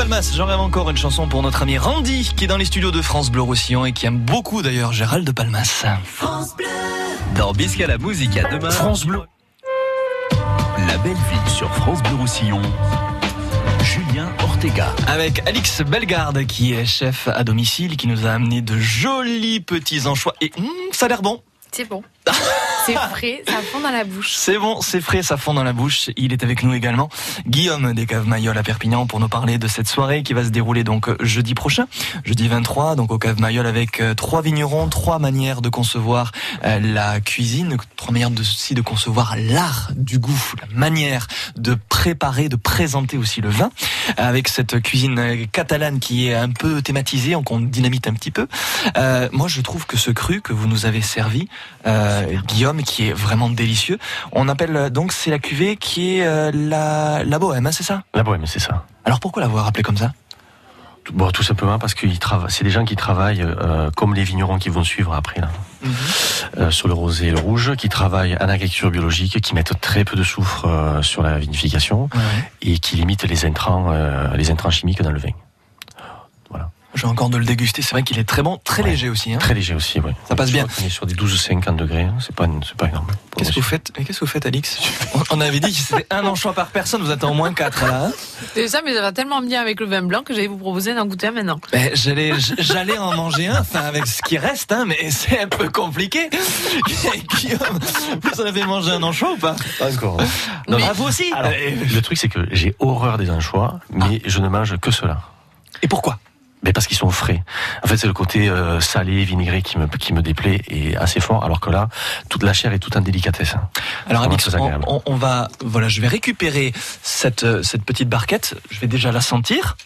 [SPEAKER 2] Palmas, j'en rêve encore, une chanson pour notre ami Randy qui est dans les studios de France Bleu Roussillon et qui aime beaucoup d'ailleurs Gérald de Palmas.
[SPEAKER 1] France Bleu. Dans Bisca la musique à demain. France Bleu. La belle ville sur France Bleu Roussillon. Julien Ortega.
[SPEAKER 2] Avec Alix Bellegarde qui est chef à domicile, qui nous a amené de jolis petits anchois et ça a l'air bon.
[SPEAKER 4] C'est bon. C'est frais, ça fond dans la bouche.
[SPEAKER 2] C'est bon, c'est frais, ça fond dans la bouche. Il est avec nous également, Guillaume des Caves Mayol à Perpignan, pour nous parler de cette soirée qui va se dérouler donc jeudi prochain, jeudi 23, donc au Caves Mayol, avec 3 vignerons, 3 manières de concevoir la cuisine, 3 manières aussi de concevoir l'art du goût, la manière de préparer, de présenter aussi le vin, avec cette cuisine catalane qui est un peu thématisée, qu'on dynamite un petit peu. Moi, je trouve que ce cru que vous nous avez servi, Guillaume, qui est vraiment délicieux. On appelle donc, c'est la cuvée qui est la Bohème, hein, c'est ça ?
[SPEAKER 3] La Bohème, c'est ça.
[SPEAKER 2] Alors pourquoi l'avoir appelée comme ça ?
[SPEAKER 3] Bon, tout simplement parce que c'est des gens qui travaillent comme les vignerons qui vont suivre après là, sur le rosé et le rouge, qui travaillent en agriculture biologique, qui mettent très peu de soufre sur la vinification et qui limitent les intrants chimiques dans le vin. Voilà.
[SPEAKER 2] J'ai encore de le déguster, c'est vrai qu'il est très bon, très léger aussi. Hein.
[SPEAKER 3] Très léger aussi, oui.
[SPEAKER 2] Ça passe bien.
[SPEAKER 3] On est sur des 12-50 degrés, hein. c'est pas énorme.
[SPEAKER 2] Qu'est-ce que vous faites, Alix ? On avait dit que c'était un anchois par personne, vous êtes au moins 4 là. Hein.
[SPEAKER 4] C'est ça, mais ça va tellement bien avec le vin blanc que j'allais vous proposer d'en goûter un maintenant.
[SPEAKER 2] J'allais en manger un, avec ce qui reste, hein, mais c'est un peu compliqué. Guillaume, vous en avez mangé un anchois ou pas ?
[SPEAKER 3] Pas encore.
[SPEAKER 2] Non, vous aussi.
[SPEAKER 3] Alors, le truc, c'est que j'ai horreur des anchois, mais je ne mange que cela.
[SPEAKER 2] Et pourquoi ?
[SPEAKER 3] Mais parce qu'ils sont frais. En fait, c'est le côté salé, vinaigré qui me déplaît et assez fort, alors que là, toute la chair est toute en délicatesse.
[SPEAKER 2] Alors, Alix, on va, voilà, je vais récupérer cette petite barquette. Je vais déjà la sentir.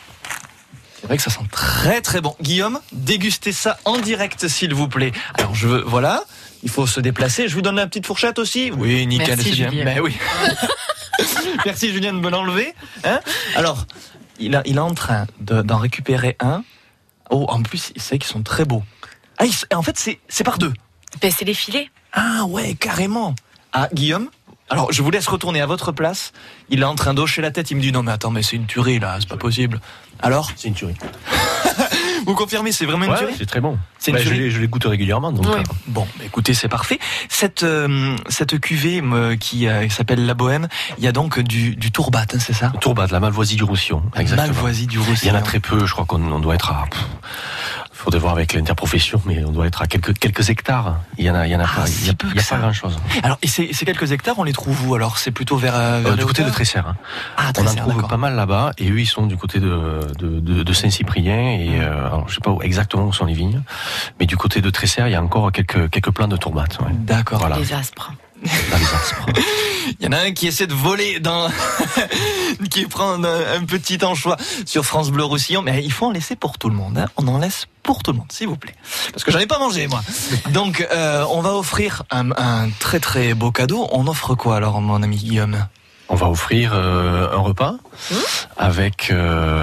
[SPEAKER 2] C'est vrai que ça sent très très bon. Guillaume, dégustez ça en direct, s'il vous plaît. Alors, voilà, il faut se déplacer. Je vous donne la petite fourchette aussi. Oui, nickel,
[SPEAKER 4] merci,
[SPEAKER 2] c'est
[SPEAKER 4] Julien.
[SPEAKER 2] bien. Ben oui. Merci Julien de me l'enlever. Hein ? Alors. Il est en train d'en récupérer un. Oh, en plus, c'est qu'ils sont très beaux. Ah, en fait, c'est par 2.
[SPEAKER 4] Ben, c'est les filets.
[SPEAKER 2] Ah ouais, carrément. Ah, Guillaume, alors je vous laisse retourner à votre place. Il est en train d'hocher la tête. Il me dit non, mais attends, mais c'est une tuerie là, c'est pas possible. Alors ?
[SPEAKER 3] C'est une tuerie.
[SPEAKER 2] Vous confirmez, c'est vraiment une tuerie ?
[SPEAKER 3] C'est très bon.
[SPEAKER 2] C'est une tuerie.
[SPEAKER 3] Je les goûte régulièrement. Donc
[SPEAKER 2] Bon, écoutez, c'est parfait. Cette cuvée qui s'appelle la Bohème, il y a donc du Tourbat, hein, c'est ça ?
[SPEAKER 3] Tourbat, la Malvoisie du Roussillon. Exactement.
[SPEAKER 2] Malvoisie du Roussillon.
[SPEAKER 3] Il y en a très peu, je crois qu'on doit être à... Faudrait voir avec l'interprofession, mais on doit être à quelques hectares. Il y en a pas. Il y a pas grand chose.
[SPEAKER 2] Alors, et ces quelques hectares, on les trouve où alors ? C'est plutôt vers
[SPEAKER 3] du côté de Tresserre. Hein.
[SPEAKER 2] Ah, Tresserre,
[SPEAKER 3] on en trouve pas mal là-bas, et eux, ils sont du côté de Saint-Cyprien. Et alors, je sais pas exactement où sont les vignes, mais du côté de Tresserre, il y a encore quelques plants de tourbates. Ouais.
[SPEAKER 2] D'accord.
[SPEAKER 3] Voilà.
[SPEAKER 4] Les aspres.
[SPEAKER 2] Il y en a un qui essaie de voler qui prend un petit anchois sur France Bleu Roussillon, mais il faut en laisser pour tout le monde. Hein. On en laisse pour tout le monde, s'il vous plaît. Parce que j'en ai pas mangé, moi. Donc, on va offrir un très très beau cadeau. On offre quoi alors, mon ami Guillaume ?
[SPEAKER 3] On va offrir un repas avec...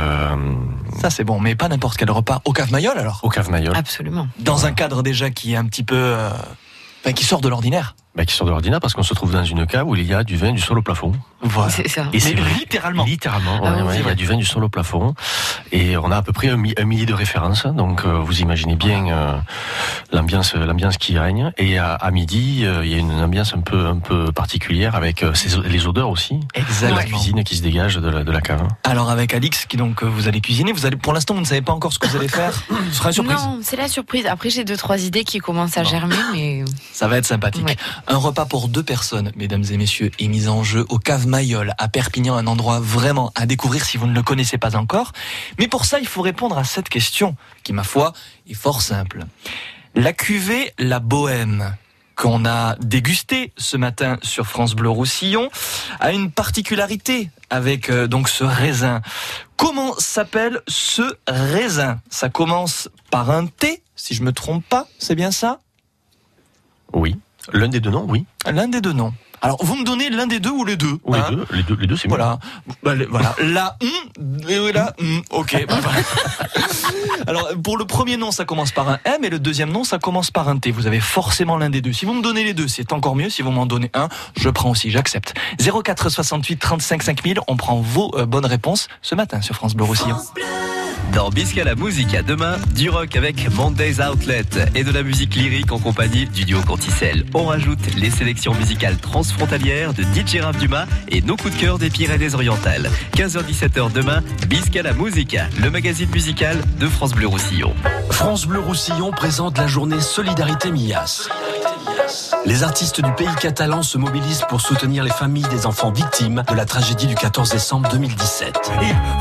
[SPEAKER 2] Ça c'est bon, mais pas n'importe quel repas. Au Caves Mayol alors ?
[SPEAKER 3] Au Caves Mayol.
[SPEAKER 4] Absolument.
[SPEAKER 2] Dans un cadre déjà qui est un petit peu... qui sort de l'ordinaire.
[SPEAKER 3] Qui sort de l'ordinaire parce qu'on se trouve dans une cave où il y a du vin du sol au plafond.
[SPEAKER 2] Voilà.
[SPEAKER 4] C'est ça.
[SPEAKER 3] Et c'est
[SPEAKER 2] littéralement.
[SPEAKER 3] Littéralement. Il y a du vin du sol au plafond. Et on a à peu près un millier de références. Donc vous imaginez bien l'ambiance qui règne. Et à midi, il y a une ambiance un peu particulière avec les odeurs aussi.
[SPEAKER 2] Exactement.
[SPEAKER 3] La cuisine qui se dégage de la cave.
[SPEAKER 2] Alors avec Alix, qui donc vous allez cuisiner. Pour l'instant, vous ne savez pas encore ce que vous allez faire. Ce sera une surprise.
[SPEAKER 4] Non, c'est la surprise. Après, j'ai 2-3 idées qui commencent à germer, mais
[SPEAKER 2] ça va être sympathique. Ouais. Un repas pour 2 personnes, mesdames et messieurs, est mis en jeu au Caves Mayol à Perpignan, un endroit vraiment à découvrir si vous ne le connaissez pas encore. Mais pour ça, il faut répondre à cette question, qui, ma foi, est fort simple. La cuvée La Bohème, qu'on a dégustée ce matin sur France Bleu Roussillon, a une particularité avec donc ce raisin. Comment s'appelle ce raisin ? Ça commence par un T, si je me trompe pas, c'est bien ça ?
[SPEAKER 3] Oui. L'un des 2 noms, oui.
[SPEAKER 2] L'un des 2 noms. Alors, vous me donnez l'un des deux ou les deux?
[SPEAKER 3] Ou les deux, c'est
[SPEAKER 2] voilà. Voilà. La et la ok. Alors, pour le premier nom, ça commence par un M et le deuxième nom, ça commence par un T. Vous avez forcément l'un des deux. Si vous me donnez les deux, c'est encore mieux. Si vous m'en donnez un, je prends aussi, j'accepte. 04 68 35 5000, on prend vos bonnes réponses ce matin sur France Bleu Roussillon.
[SPEAKER 15] Dans Bisca la musique à demain, du rock avec Monday's Outlet et de la musique lyrique en compagnie du duo Canticelle. On rajoute les sélections musicales transfrontalières de DJ Raph Dumas et nos coups de cœur des Pyrénées-Orientales. 15h-17h demain, Bisca la musique, le magazine musical de France Bleu Roussillon.
[SPEAKER 1] France Bleu Roussillon présente la journée Solidarité Millas. Les artistes du pays catalan se mobilisent pour soutenir les familles des enfants victimes de la tragédie du 14 décembre 2017.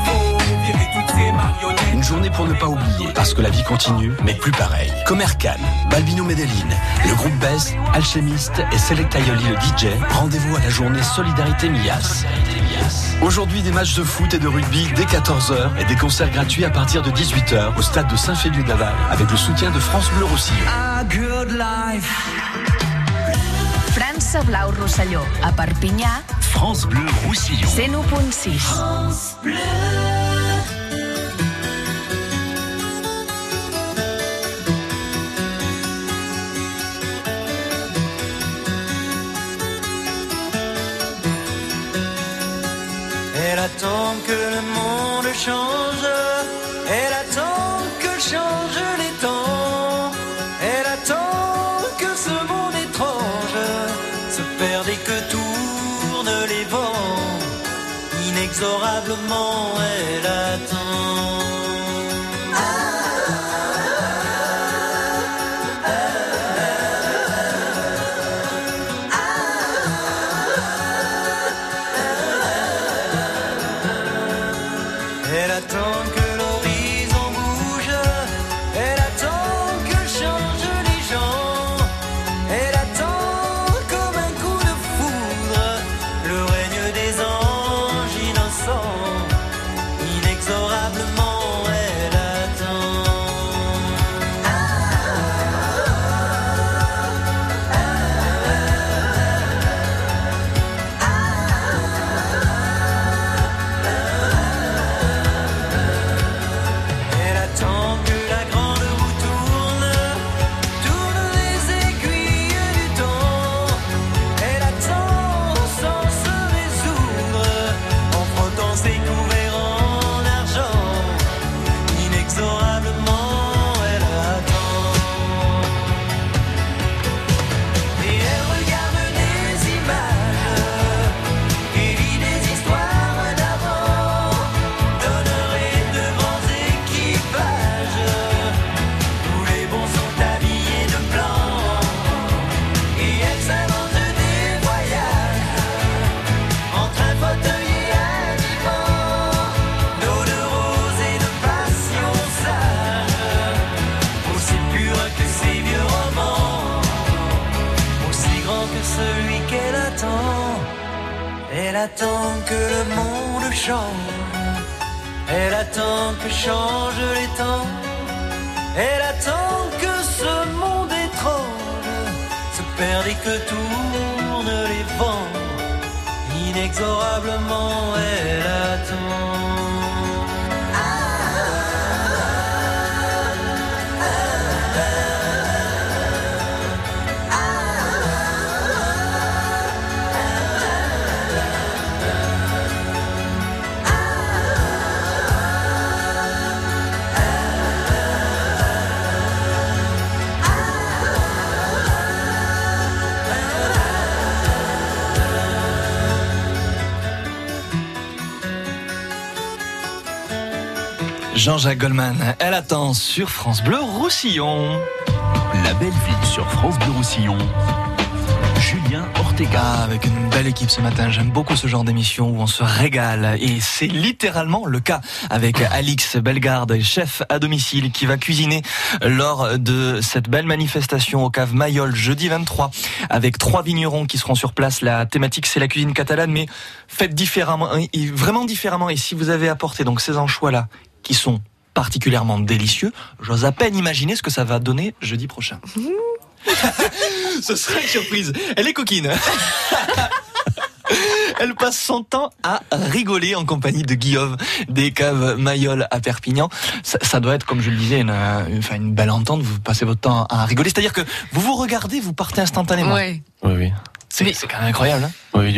[SPEAKER 1] Une journée pour ne pas oublier, parce que la vie continue, mais plus pareil. Comme Erkan, Balbino Medellin, le groupe Bess, Alchemist et Select Aioli le DJ, rendez-vous à la journée Solidarité Millas. Aujourd'hui, des matchs de foot et de rugby dès 14h et des concerts gratuits à partir de 18h au stade de Saint-Féliu-d'Aval avec le soutien de France Bleu Roussillon.
[SPEAKER 7] França Blau Rosselló, a Perpinyà,
[SPEAKER 1] France Bleu Roussillon.
[SPEAKER 7] 101.6.
[SPEAKER 9] France Bleu.
[SPEAKER 8] Elle attend que le monde change, elle attend que changent les temps, elle attend que ce monde étrange se perde et que tournent les vents, inexorablement elle attend. Elle attend que l'horizon bouge, elle attend que changent les gens, elle attend comme un coup de foudre le règne des anges innocents, inexorablement elle attend. Elle attend que la grande roue tourne les aiguilles du temps. Elle attend sans se résoudre, en frottant ses couverts en argent. Inexorablement elle attend. Et elle regarde des images et lit des histoires d'avant, d'honneur et de grands équipages, où les bons sont habillés de blanc. Et elle s'invente des voyages entre un fauteuil et un divan, d'eau de rose et de passion sage, aussi pure que ces vieux romans, aussi grand que celui qu'elle attend. Elle attend que le monde change, elle attend que changent les temps, elle attend que ce monde étrange se perde et que tournent les vents, inexorablement elle attend.
[SPEAKER 2] Jean-Jacques Goldman, elle attend sur France Bleu Roussillon.
[SPEAKER 1] La belle ville sur France Bleu Roussillon. Julien Ortega.
[SPEAKER 2] Avec une belle équipe ce matin, j'aime beaucoup ce genre d'émission où on se régale et c'est littéralement le cas avec Alix Bellegarde, chef à domicile qui va cuisiner lors de cette belle manifestation au Cave Mayol jeudi 23 avec 3 vignerons qui seront sur place. La thématique c'est la cuisine catalane mais faite différemment, vraiment différemment, et si vous avez apporté donc ces anchois-là qui sont particulièrement délicieux, j'ose à peine imaginer ce que ça va donner jeudi prochain. Ce serait une surprise. Elle est coquine. Elle passe son temps à rigoler en compagnie de Guillaume des caves Mayol à Perpignan. Ça doit être, comme je le disais, une belle entente. Vous passez votre temps à rigoler. C'est-à-dire que vous vous regardez, vous partez instantanément.
[SPEAKER 4] Ouais.
[SPEAKER 3] Oui.
[SPEAKER 2] C'est quand même incroyable. Hein,
[SPEAKER 3] oui,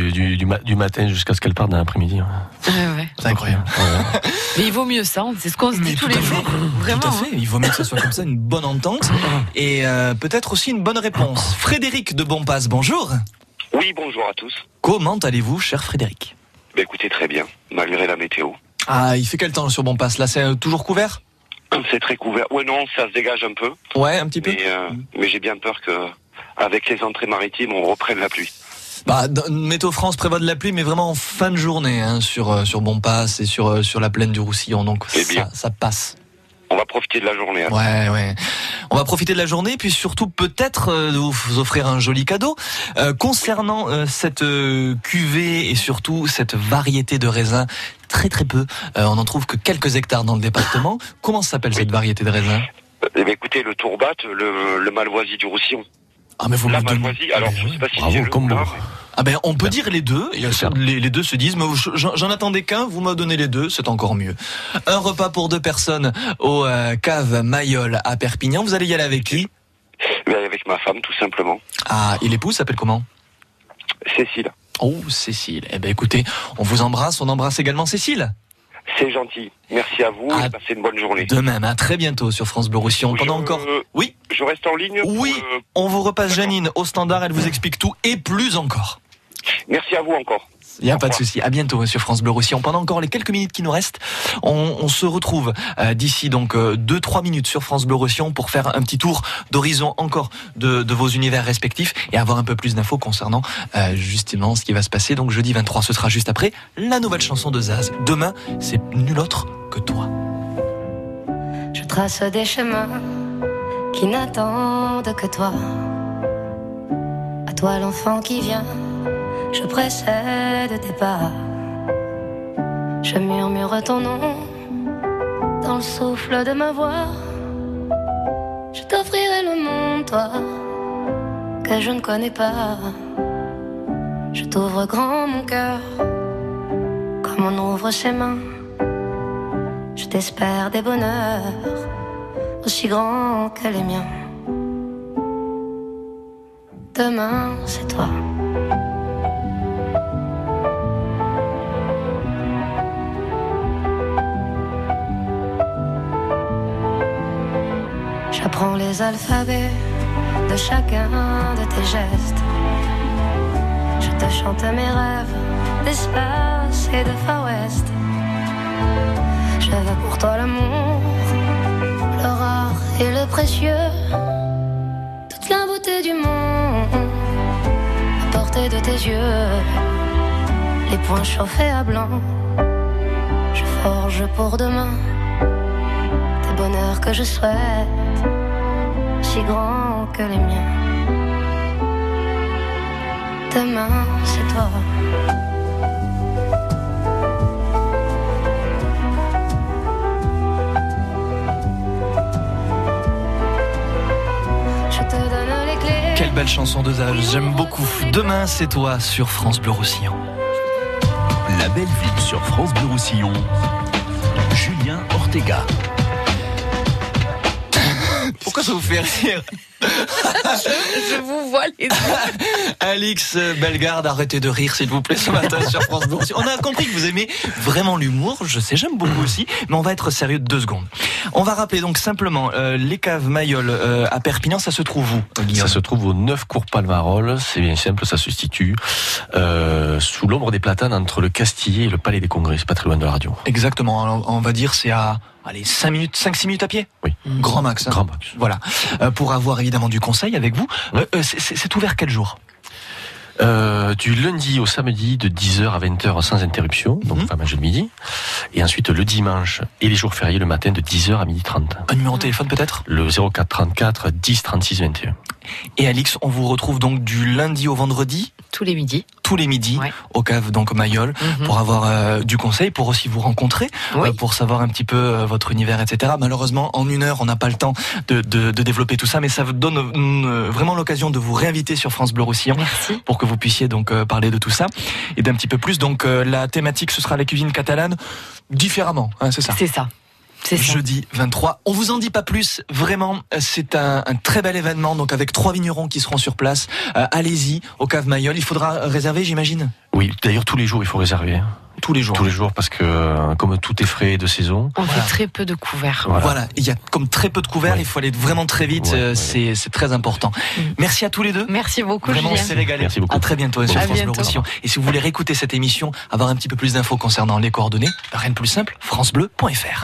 [SPEAKER 3] du matin jusqu'à ce qu'elle parte dans l'après-midi.
[SPEAKER 4] Ouais.
[SPEAKER 2] C'est incroyable.
[SPEAKER 4] Mais il vaut mieux ça, c'est ce qu'on se dit tous les jours. Vraiment.
[SPEAKER 2] Tout à fait. Il vaut mieux que ce soit comme ça, une bonne entente et peut-être aussi une bonne réponse. Frédéric de Bonpasse, bonjour.
[SPEAKER 16] Oui, bonjour à tous.
[SPEAKER 2] Comment allez-vous, cher Frédéric ?
[SPEAKER 16] Écoutez, très bien, malgré la météo.
[SPEAKER 2] Ah, il fait quel temps sur Bonpasse ? Là, c'est toujours couvert ?
[SPEAKER 16] C'est très couvert. Ouais, non, ça se dégage un peu.
[SPEAKER 2] Ouais, un petit peu.
[SPEAKER 16] Mais j'ai bien peur que, avec les entrées maritimes, on reprenne la pluie.
[SPEAKER 2] Météo France prévoit de la pluie, mais vraiment en fin de journée, hein, sur Bonpasse et sur la plaine du Roussillon. Donc ça passe.
[SPEAKER 16] On va profiter de la journée. Hein.
[SPEAKER 2] Ouais. On va profiter de la journée, puis surtout peut-être vous offrir un joli cadeau. Concernant cette cuvée et surtout cette variété de raisins, très très peu. On n'en trouve que quelques hectares dans le département. Comment s'appelle cette variété de raisins ?
[SPEAKER 16] Écoutez, le Tourbat, le Malvoisie du Roussillon.
[SPEAKER 2] Ah mais vous
[SPEAKER 16] la
[SPEAKER 2] me
[SPEAKER 16] Malvoisie, alors je sais pas si
[SPEAKER 3] bravo, comme vous.
[SPEAKER 2] Ah ben on peut dire les deux, les deux se disent, mais j'en attendais qu'un, vous m'avez donné les deux, c'est encore mieux. Un repas pour 2 personnes au cave Mayol à Perpignan, vous allez y aller avec qui ?
[SPEAKER 16] Avec ma femme, tout simplement.
[SPEAKER 2] Ah, et l'épouse s'appelle comment ?
[SPEAKER 16] Cécile.
[SPEAKER 2] Oh, Cécile, eh ben écoutez, on vous embrasse, on embrasse également Cécile.
[SPEAKER 16] C'est gentil, merci à vous et passez une bonne journée.
[SPEAKER 2] De même, à très bientôt sur France Bleu Roussillon. Pendant encore... Oui.
[SPEAKER 16] Je reste en ligne.
[SPEAKER 2] Oui, on vous repasse Janine au standard, elle vous explique tout et plus encore.
[SPEAKER 16] Merci à vous encore.
[SPEAKER 2] Il n'y a pas de souci. À bientôt sur France Bleu Roussillon. Pendant encore les quelques minutes qui nous restent, on se retrouve d'ici donc 2-3 minutes sur France Bleu Roussillon pour faire un petit tour d'horizon encore de vos univers respectifs et avoir un peu plus d'infos concernant justement ce qui va se passer. Donc jeudi 23, ce sera juste après la nouvelle chanson de Zaz. Demain, c'est nul autre que toi.
[SPEAKER 9] Je trace des chemins qui n'attendent que toi. À toi l'enfant qui vient, je précède tes pas. Je murmure ton nom dans le souffle de ma voix. Je t'offrirai le monde, toi, que je ne connais pas. Je t'ouvre grand mon cœur, comme on ouvre ses mains. Je t'espère des bonheurs aussi grands que les miens. Demain, c'est toi. J'apprends les alphabets de chacun de tes gestes. Je te chante mes rêves d'espace et de Far West. Je veux pour toi l'amour, le rare et le précieux, toute la beauté du monde à portée de tes yeux. Les poings chauffés à blanc, je forge pour demain des bonheurs que je souhaite, si grands que les miens. Demain, c'est toi.
[SPEAKER 2] Quelle belle chanson de Zaz, j'aime beaucoup. Demain, c'est toi sur France Bleu Roussillon.
[SPEAKER 1] La belle ville sur France Bleu Roussillon. Julien Ortega.
[SPEAKER 2] Pourquoi ça vous fait rire?
[SPEAKER 4] je vous vois les deux.
[SPEAKER 2] Alix Bellegarde, arrêtez de rire s'il vous plaît ce matin sur France Bleu. On a compris que vous aimez vraiment l'humour, je sais, j'aime beaucoup aussi, mais on va être sérieux de 2 secondes. On va rappeler donc simplement les caves Mayol à Perpignan, ça se trouve où, Guillaume?
[SPEAKER 3] Ça se trouve au 9 cours Palmarol, c'est bien simple, ça se situe sous l'ombre des platanes entre le Castillet et le Palais des Congrès, c'est pas très loin de la radio.
[SPEAKER 2] Exactement, alors, on va dire c'est à 5-6 minutes à pied.
[SPEAKER 3] Oui.
[SPEAKER 2] Grand max. Hein.
[SPEAKER 3] Grand max.
[SPEAKER 2] Voilà. Pour avoir évidemment du conseil avec vous, c'est ouvert quel jour?
[SPEAKER 3] Du lundi au samedi de 10h à 20h sans interruption, donc enfin manger le midi, et ensuite le dimanche et les jours fériés le matin de 10h à 12h30.
[SPEAKER 2] Un numéro de téléphone peut-être?
[SPEAKER 3] Le 04 34 10 36 21.
[SPEAKER 2] Et Alix, on vous retrouve donc du lundi au vendredi?
[SPEAKER 4] Tous les midis.
[SPEAKER 2] tous les midis au cave donc Mayol pour avoir du conseil, pour aussi vous rencontrer, pour savoir un petit peu votre univers, etc. Malheureusement, en 1 heure, on n'a pas le temps de développer tout ça, mais ça vous donne vraiment l'occasion de vous réinviter sur France Bleu Roussillon pour que vous puissiez donc parler de tout ça et d'un petit peu plus. Donc la thématique, ce sera la cuisine catalane différemment, hein, c'est ça.
[SPEAKER 4] C'est ça.
[SPEAKER 2] Jeudi 23. On vous en dit pas plus. Vraiment, c'est un très bel événement. Donc avec 3 vignerons qui seront sur place. Allez-y au cave Mayol. Il faudra réserver, j'imagine.
[SPEAKER 3] Oui. D'ailleurs, tous les jours, il faut réserver.
[SPEAKER 2] Tous les jours.
[SPEAKER 3] Tous les jours, parce que comme tout est frais de saison.
[SPEAKER 4] On fait très peu de couverts.
[SPEAKER 2] Voilà. Il y a comme très peu de couverts. Il faut aller vraiment très vite. C'est très important. Merci à tous les deux.
[SPEAKER 4] Merci beaucoup.
[SPEAKER 2] Vraiment,
[SPEAKER 4] Julien.
[SPEAKER 2] on s'est régalé.
[SPEAKER 3] Merci beaucoup.
[SPEAKER 2] À très bientôt sur France Bleu Roussillon. Et si vous voulez réécouter cette émission, avoir un petit peu plus d'infos concernant les coordonnées, rien de plus simple, francebleu.fr.